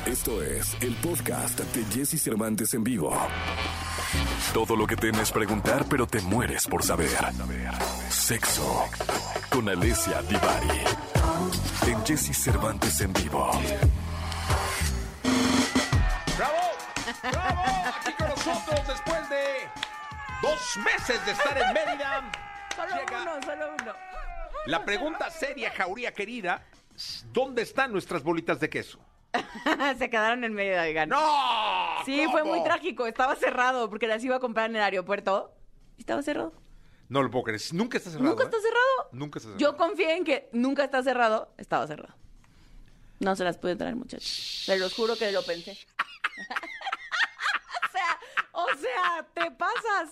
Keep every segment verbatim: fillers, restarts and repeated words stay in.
Esto es el podcast de Jesse Cervantes en vivo. Todo lo que temes preguntar, pero te mueres por saber. Sexo con Alessia Divari en Jesse Cervantes en vivo. ¡Bravo! ¡Bravo! Aquí con nosotros después de dos meses de estar en Mérida. Solo llega uno, solo uno. La pregunta seria, Jauría querida, ¿dónde están nuestras bolitas de queso? Se quedaron en medio de gana. ¡No! Sí, ¿Cómo? fue muy trágico. Estaba cerrado porque las iba a comprar en el aeropuerto. Y estaba cerrado. No lo puedo creer. Nunca está cerrado. ¿Nunca ¿eh? está cerrado? Nunca está cerrado. Yo confié en que nunca está cerrado. Estaba cerrado. No se las pude traer, muchachos. Se los juro que lo pensé. o sea, o sea, te pasas.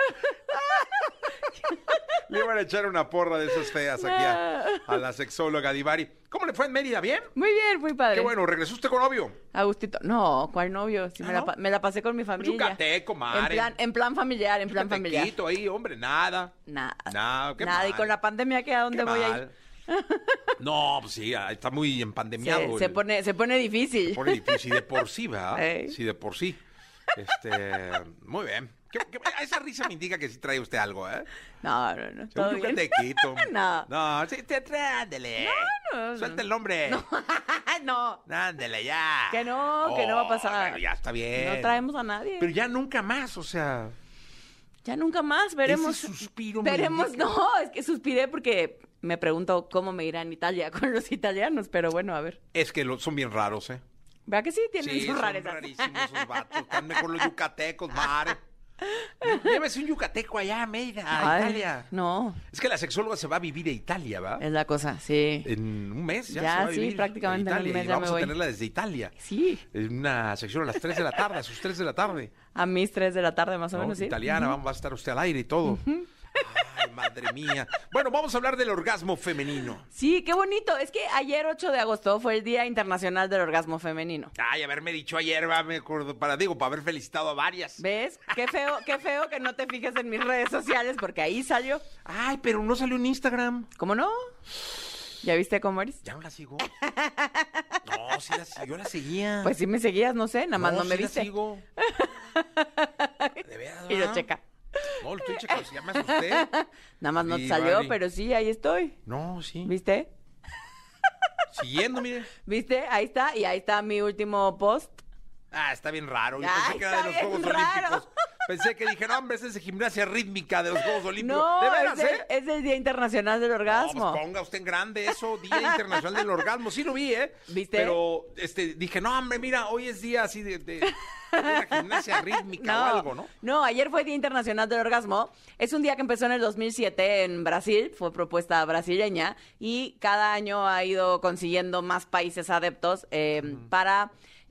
Le iban a echar una porra de esas feas aquí a, a la sexóloga Divari. ¿Cómo le fue en Mérida? ¿Bien? Muy bien, muy padre. Qué bueno. ¿Regresó usted con novio? Agustito. No, ¿cuál novio? Sí, ¿Ah, me, no? la, pa- me la pasé con mi familia. yucateco, madre. En plan, en plan familiar, en plan familiar. Yucatequito ahí, hombre, nada. Nada. Nada, qué Nada. Y mal. con la pandemia, ¿qué? ¿A dónde Qué voy a ir? mal. No, pues sí, está muy empandemiado. Se, se el- pone, se pone difícil. Se pone difícil, de por sí, ¿verdad? Ey. Sí, de por sí. Este, muy bien. ¿Qué- qué- esa risa me indica que sí trae usted algo, ¿eh? No, no, no. Un ¿Todo bien? yucatequito. No. No, sí, te trae, ándele. No, no, Suelta no. el nombre. no. Ándele, ya. Que no, que no va a pasar. Bueno, ya está bien. No traemos a nadie. Pero ya nunca más, o sea. Ya nunca más. Veremos. Ese suspiro me Veremos. indica. No, es que suspiré porque me pregunto cómo me irá en Italia con los italianos. Pero bueno, a ver. Es que lo- son bien raros, ¿eh? ¿Verdad que sí? Tienen Sí, sus son rarezas. rarísimos esos vatos. Están mejor los yucatecos, madre. Llévese un yucateco allá a Mérida, a Ay, Italia. No, Es que la sexóloga se va a vivir a Italia, ¿va? es la cosa, sí. En un mes ya, Ya, se va a sí, vivir prácticamente a en un Italia mes y ya vamos me voy. a tenerla desde Italia. Sí. En una sección a las tres de la tarde, a sus tres de la tarde. A mis tres de la tarde más o ¿no? menos, sí. Italiana, vamos, va a estar usted al aire y todo. Ay, madre mía. Bueno, vamos a hablar del orgasmo femenino. Sí, qué bonito. Es que ayer, ocho de agosto, fue el Día Internacional del Orgasmo Femenino. Ay, haberme dicho ayer, va, me acuerdo, para, digo, para haber felicitado a varias. ¿Ves? Qué feo, qué feo que no te fijes en mis redes sociales porque ahí salió. Ay, pero no salió en Instagram. ¿Cómo no? ¿Ya viste cómo eres? ¿Ya no la sigo? No, sí la, yo la seguía. Pues sí me seguías, no sé, nada más no, me sí la viste. sigo. De veras, Y lo ¿va? checa. No, lo estoy checando, si ya me asusté. Nada más no te Sí, salió, vale. pero sí, ahí estoy. No, sí. ¿Viste? Siguiendo, mire. ¿Viste? Ahí está. Y ahí está mi último post. Ah, está bien raro. Yo Ay, pensé que era de está los bien Juegos raro. Olímpicos. Pensé que dije, no, hombre, ese es de gimnasia rítmica de los Juegos Olímpicos. No, ¿De veras, es, el, eh? es el Día Internacional del No, Orgasmo. pues ponga usted en grande eso, Día Internacional del Orgasmo. Sí lo vi, ¿eh? ¿Viste? Pero este, dije, no, hombre, mira, hoy es día así de, de, de una gimnasia rítmica o algo, ¿no? No, ayer fue Día Internacional del Orgasmo. Es un día que empezó en el dos mil siete en Brasil, fue propuesta brasileña y cada año ha ido consiguiendo más países adeptos eh, uh-huh. para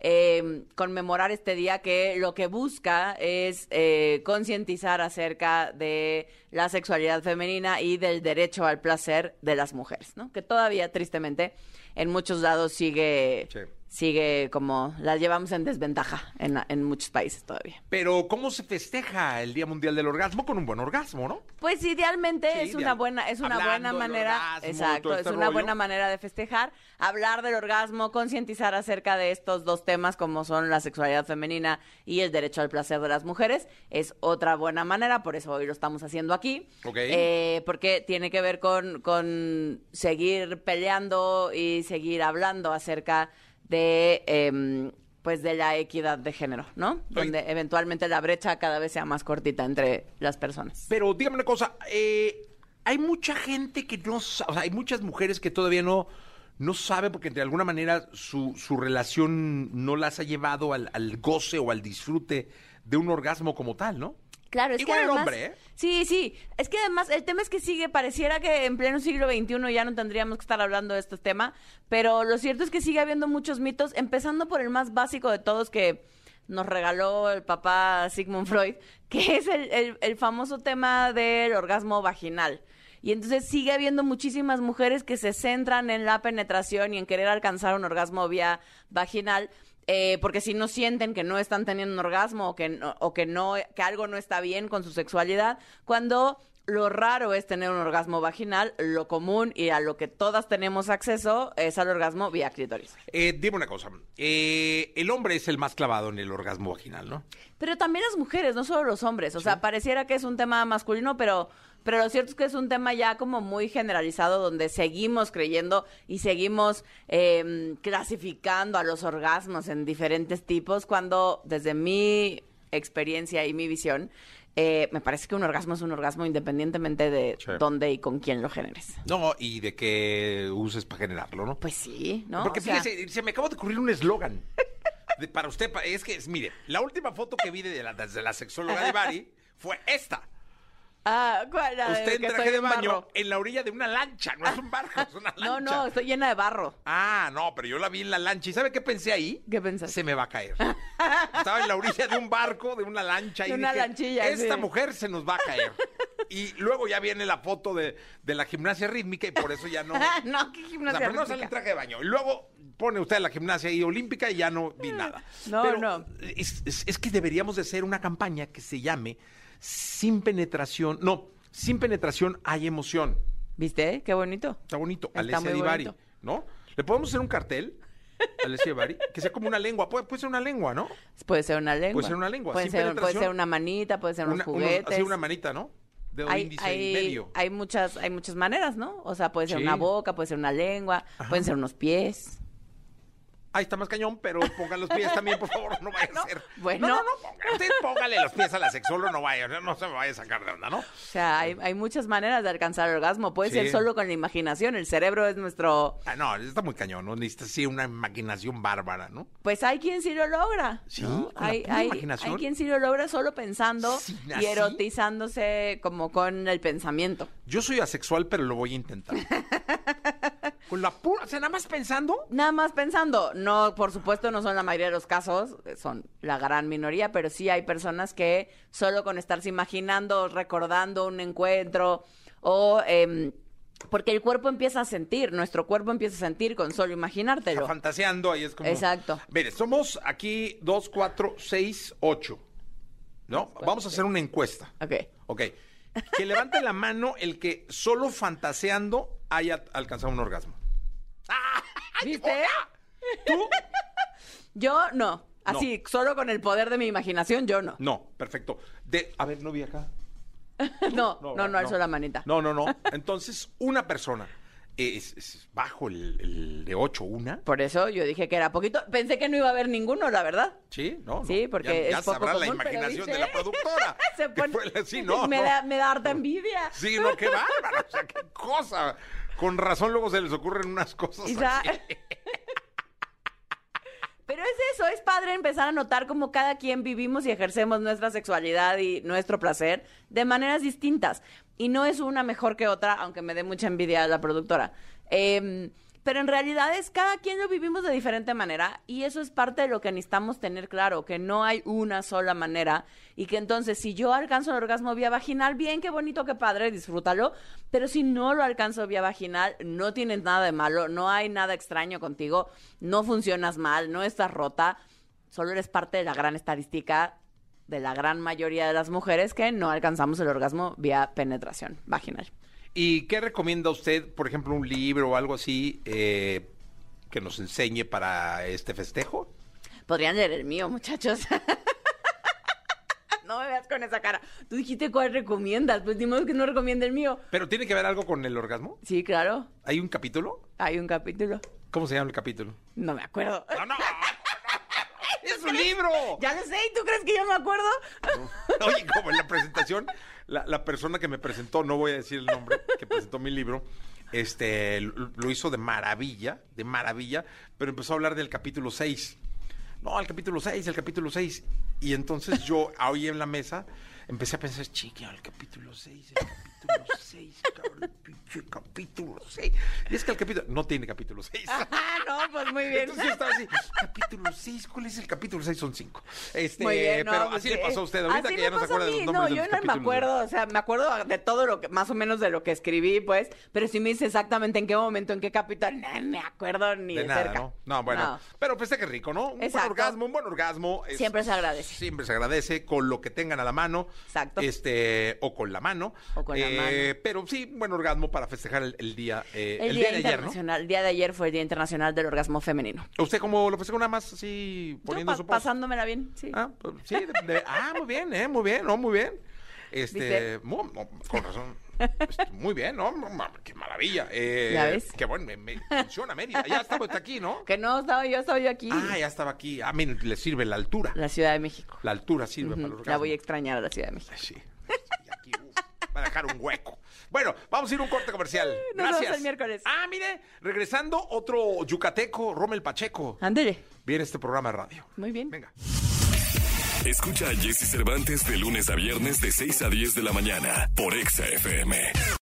eh, conmemorar este día que lo que busca es eh, concientizar acerca de la sexualidad femenina y del derecho al placer de las mujeres, ¿no? Que todavía, tristemente, en muchos lados sigue... Sí. sigue como, la llevamos en desventaja en, en muchos países todavía. Pero, ¿cómo se festeja el Día Mundial del Orgasmo? Con un buen orgasmo, ¿no? Pues idealmente Sí, es ideal. una buena, es una Hablando buena del manera, orgasmo, exacto, todo es este una rollo. buena manera de festejar, hablar del orgasmo, concientizar acerca de estos dos temas como son la sexualidad femenina y el derecho al placer de las mujeres, es otra buena manera, por eso hoy lo estamos haciendo aquí, Ok. eh, porque tiene que ver con, con seguir peleando y seguir hablando acerca de eh, pues de la equidad de género, ¿no? Donde eventualmente la brecha cada vez sea más cortita entre las personas. Pero dígame una cosa, eh, hay mucha gente que no sabe, o sea, hay muchas mujeres que todavía no, no sabe porque de alguna manera su, su relación no las ha llevado al, al goce o al disfrute de un orgasmo como tal, ¿no? Claro, es Igual que el además, hombre, ¿eh? Sí, sí. Es que además el tema es que sigue, pareciera que en pleno siglo veintiuno ya no tendríamos que estar hablando de este tema, pero lo cierto es que sigue habiendo muchos mitos, empezando por el más básico de todos que nos regaló el papá Sigmund Freud, que es el, el, el famoso tema del orgasmo vaginal. Y entonces sigue habiendo muchísimas mujeres que se centran en la penetración y en querer alcanzar un orgasmo vía vaginal, eh, porque si no sienten que no están teniendo un orgasmo o que no, o que no, que algo no está bien con su sexualidad, cuando Lo raro es tener un orgasmo vaginal, lo común y a lo que todas tenemos acceso es al orgasmo vía clítoris. Eh, dime una cosa, eh, el hombre es el más clavado en el orgasmo vaginal, ¿no? Pero también las mujeres, no solo los hombres. O sea, pareciera que es un tema masculino, pero, pero lo cierto es que es un tema ya como muy generalizado donde seguimos creyendo y seguimos eh, clasificando a los orgasmos en diferentes tipos cuando desde mi experiencia y mi visión, eh, me parece que un orgasmo es un orgasmo independientemente de Sí. dónde y con quién lo generes. No, y de que uses para generarlo, ¿no? Pues sí, ¿no? Porque O sea, fíjese, se me acaba de ocurrir un eslogan de- para usted. pa- Es que, es, mire, la última foto que vi de la, de la sexóloga de Bari fue esta. Ah, ¿cuál? La de Usted en que traje estoy de en baño barro. en la orilla de una lancha, no es un barco, es una lancha. No, no, estoy llena de barro. Ah, no, pero yo la vi en la lancha. ¿Y sabe qué pensé ahí? ¿Qué pensaste? Se me va a caer. Estaba en la orilla de un barco, de una lancha. De y una dije, lanchilla, esta sí. mujer se nos va a caer. Y luego ya viene la foto de, de la gimnasia rítmica y por eso ya no... No, qué O sea, gimnasia primero sale rítmica. en traje de baño. Y luego pone usted la gimnasia ahí olímpica y ya no vi nada. No, Pero no. Es, es- es que deberíamos de hacer una campaña que se llame Sin Penetración... No, Sin Penetración hay emoción. ¿Viste? Qué bonito. Está bonito. Está Alessia muy Divari, bonito. ¿no? Le podemos hacer un cartel, Alessia Divari, que sea como una lengua. Puede, puede ser una lengua, ¿no? Puede ser una lengua. Puede ser una lengua, Puede sin ser, puede penetración. ser una manita, puede ser unos Una, unos- juguetes. así una manita, ¿no? Dedo hay, índice hay, y medio. hay muchas, hay muchas maneras, ¿no? O sea, puede ser Sí. una boca, puede ser una lengua, pueden ser unos pies. Ahí está más cañón, pero pongan los pies también, por favor, no vaya a ser. bueno. No, no, no, ponga- usted póngale los pies a la sexóloga, no vaya, no se me vaya a sacar de onda, ¿no? O sea, hay, hay muchas maneras de alcanzar el orgasmo. Puede Sí. ser solo con la imaginación. El cerebro es nuestro... Ah, no, está muy cañón, ¿no? Necesita sí una imaginación bárbara, ¿no? Pues hay quien sí lo logra. Sí, ¿no? con la hay, pura hay, imaginación. hay quien sí lo logra solo pensando Sí, y ¿así? erotizándose como con el pensamiento. Yo soy asexual, pero lo voy a intentar. Con la pura, o sea, nada más pensando. Nada más pensando, no, por supuesto no son la mayoría de los casos, son la gran minoría, pero sí hay personas que solo con estarse imaginando, recordando un encuentro o... em, porque el cuerpo empieza a sentir, nuestro cuerpo empieza a sentir con solo imaginártelo. Fantaseando, ahí es como... Exacto. Mire, somos aquí dos, cuatro, seis, ocho, ¿no? cuatro, Vamos a hacer una encuesta. Ok. Ok. Que levante la mano el que solo fantaseando haya alcanzado un orgasmo. ¿Viste? ¿Tú? Yo no. Así, solo con el poder de mi imaginación, yo no. No, perfecto. De, a ver, no vi acá. No, no, no, alzo la manita. No, no, no. Entonces, una persona es, es bajo el, el de ocho, una. Por eso yo dije que era poquito. Pensé que no iba a haber ninguno, la verdad. Sí, no, no. Sí, porque ya, ya es poco sabrá la común, pero imaginación ¿viste? de la productora. Se Que pone- fue la- sí, no, me, no. Da, me da harta envidia. Sí, no, qué bárbaro. O sea, qué cosa. Con razón luego se les ocurren unas cosas Y sa- así. Pero es eso, es padre empezar a notar cómo cada quien vivimos y ejercemos nuestra sexualidad y nuestro placer de maneras distintas. Y no es una mejor que otra, aunque me dé mucha envidia a la productora. Eh, pero en realidad es cada quien lo vivimos de diferente manera y eso es parte de lo que necesitamos tener claro, que no hay una sola manera y que entonces si yo alcanzo el orgasmo vía vaginal, bien, qué bonito, qué padre, disfrútalo, pero si no lo alcanzo vía vaginal, no tienes nada de malo, no hay nada extraño contigo, no funcionas mal, no estás rota, solo eres parte de la gran estadística de la gran mayoría de las mujeres que no alcanzamos el orgasmo vía penetración vaginal. ¿Y qué recomienda usted, por ejemplo, un libro o algo así eh, que nos enseñe para este festejo? Podrían leer el mío, muchachos. No me veas con esa cara. Tú dijiste cuál recomiendas, pues dimos que no recomienda el mío. ¿Pero tiene que ver algo con el orgasmo? Sí, claro. ¿Hay un capítulo? Hay un capítulo. ¿Cómo se llama el capítulo? No me acuerdo. ¡No, no! ¡Es un libro! Ya lo sé, ¿y tú crees que yo me acuerdo? Oye, como en la presentación, la, la persona que me presentó, no voy a decir el nombre, que presentó mi libro, este, lo, lo hizo de maravilla, de maravilla, pero empezó a hablar del capítulo seis. No, el capítulo seis, el capítulo seis. Y entonces yo, ahí en la mesa, empecé a pensar, chica, el capítulo seis, el capítulo seis, cabrón, el pinche capítulo seis. Y es que el capítulo, no tiene capítulo seis. Ah, no, pues muy bien. Entonces yo estaba así, capítulo seis, ¿cuál es el capítulo seis? Son cinco. Este, Muy bien, no, pero pues así sí. le pasó a usted ahorita Así que me ya no se pasó a acuerda de mí. los nombres No, de yo los no me capítulos. acuerdo, o sea, me acuerdo de todo lo que, más o menos de lo que escribí, pues, pero si me dice exactamente en qué momento, en qué capítulo, no me acuerdo ni de, De nada, cerca. ¿no? No, bueno. No. Pero pues que rico, ¿no? Un buen Exacto. orgasmo, un buen orgasmo. es- Siempre se agradece. Siempre se agradece con lo que tengan a la mano. Exacto. Este, o con la mano. O con la Eh, pero sí, buen orgasmo para festejar el, el día, eh, El, el día, día de ayer, ¿no? internacional. El día de ayer fue el Día Internacional del Orgasmo Femenino. ¿Usted cómo lo festejó nada más así poniendo Yo, su pa- post? pasándomela bien, sí. Ah, pues, sí, de- de- ah, muy bien, eh, muy bien, no, muy bien. Este, ¿Viste? mu- no, con razón. Este, muy bien, ¿no? Ma- Qué maravilla. Eh, ¿Ya ves? Qué bueno, me, me funciona Mérida. Ya estamos aquí, ¿no? Que no estaba yo, estaba yo aquí. Ah, ya estaba aquí. Ah, miren, le sirve la altura. La Ciudad de México. La altura sirve para el Ujú, orgasmo. La voy a extrañar a la Ciudad de México. Sí. Y aquí, uf, va a dejar un hueco. Bueno, vamos a ir a un corte comercial. Nos vemos Gracias. el miércoles. Ah, mire, regresando, otro yucateco, Rommel Pacheco. Ándele. Viene este programa de radio. Muy bien. Venga. Escucha a Jesse Cervantes de lunes a viernes de seis a diez de la mañana por Exa F M.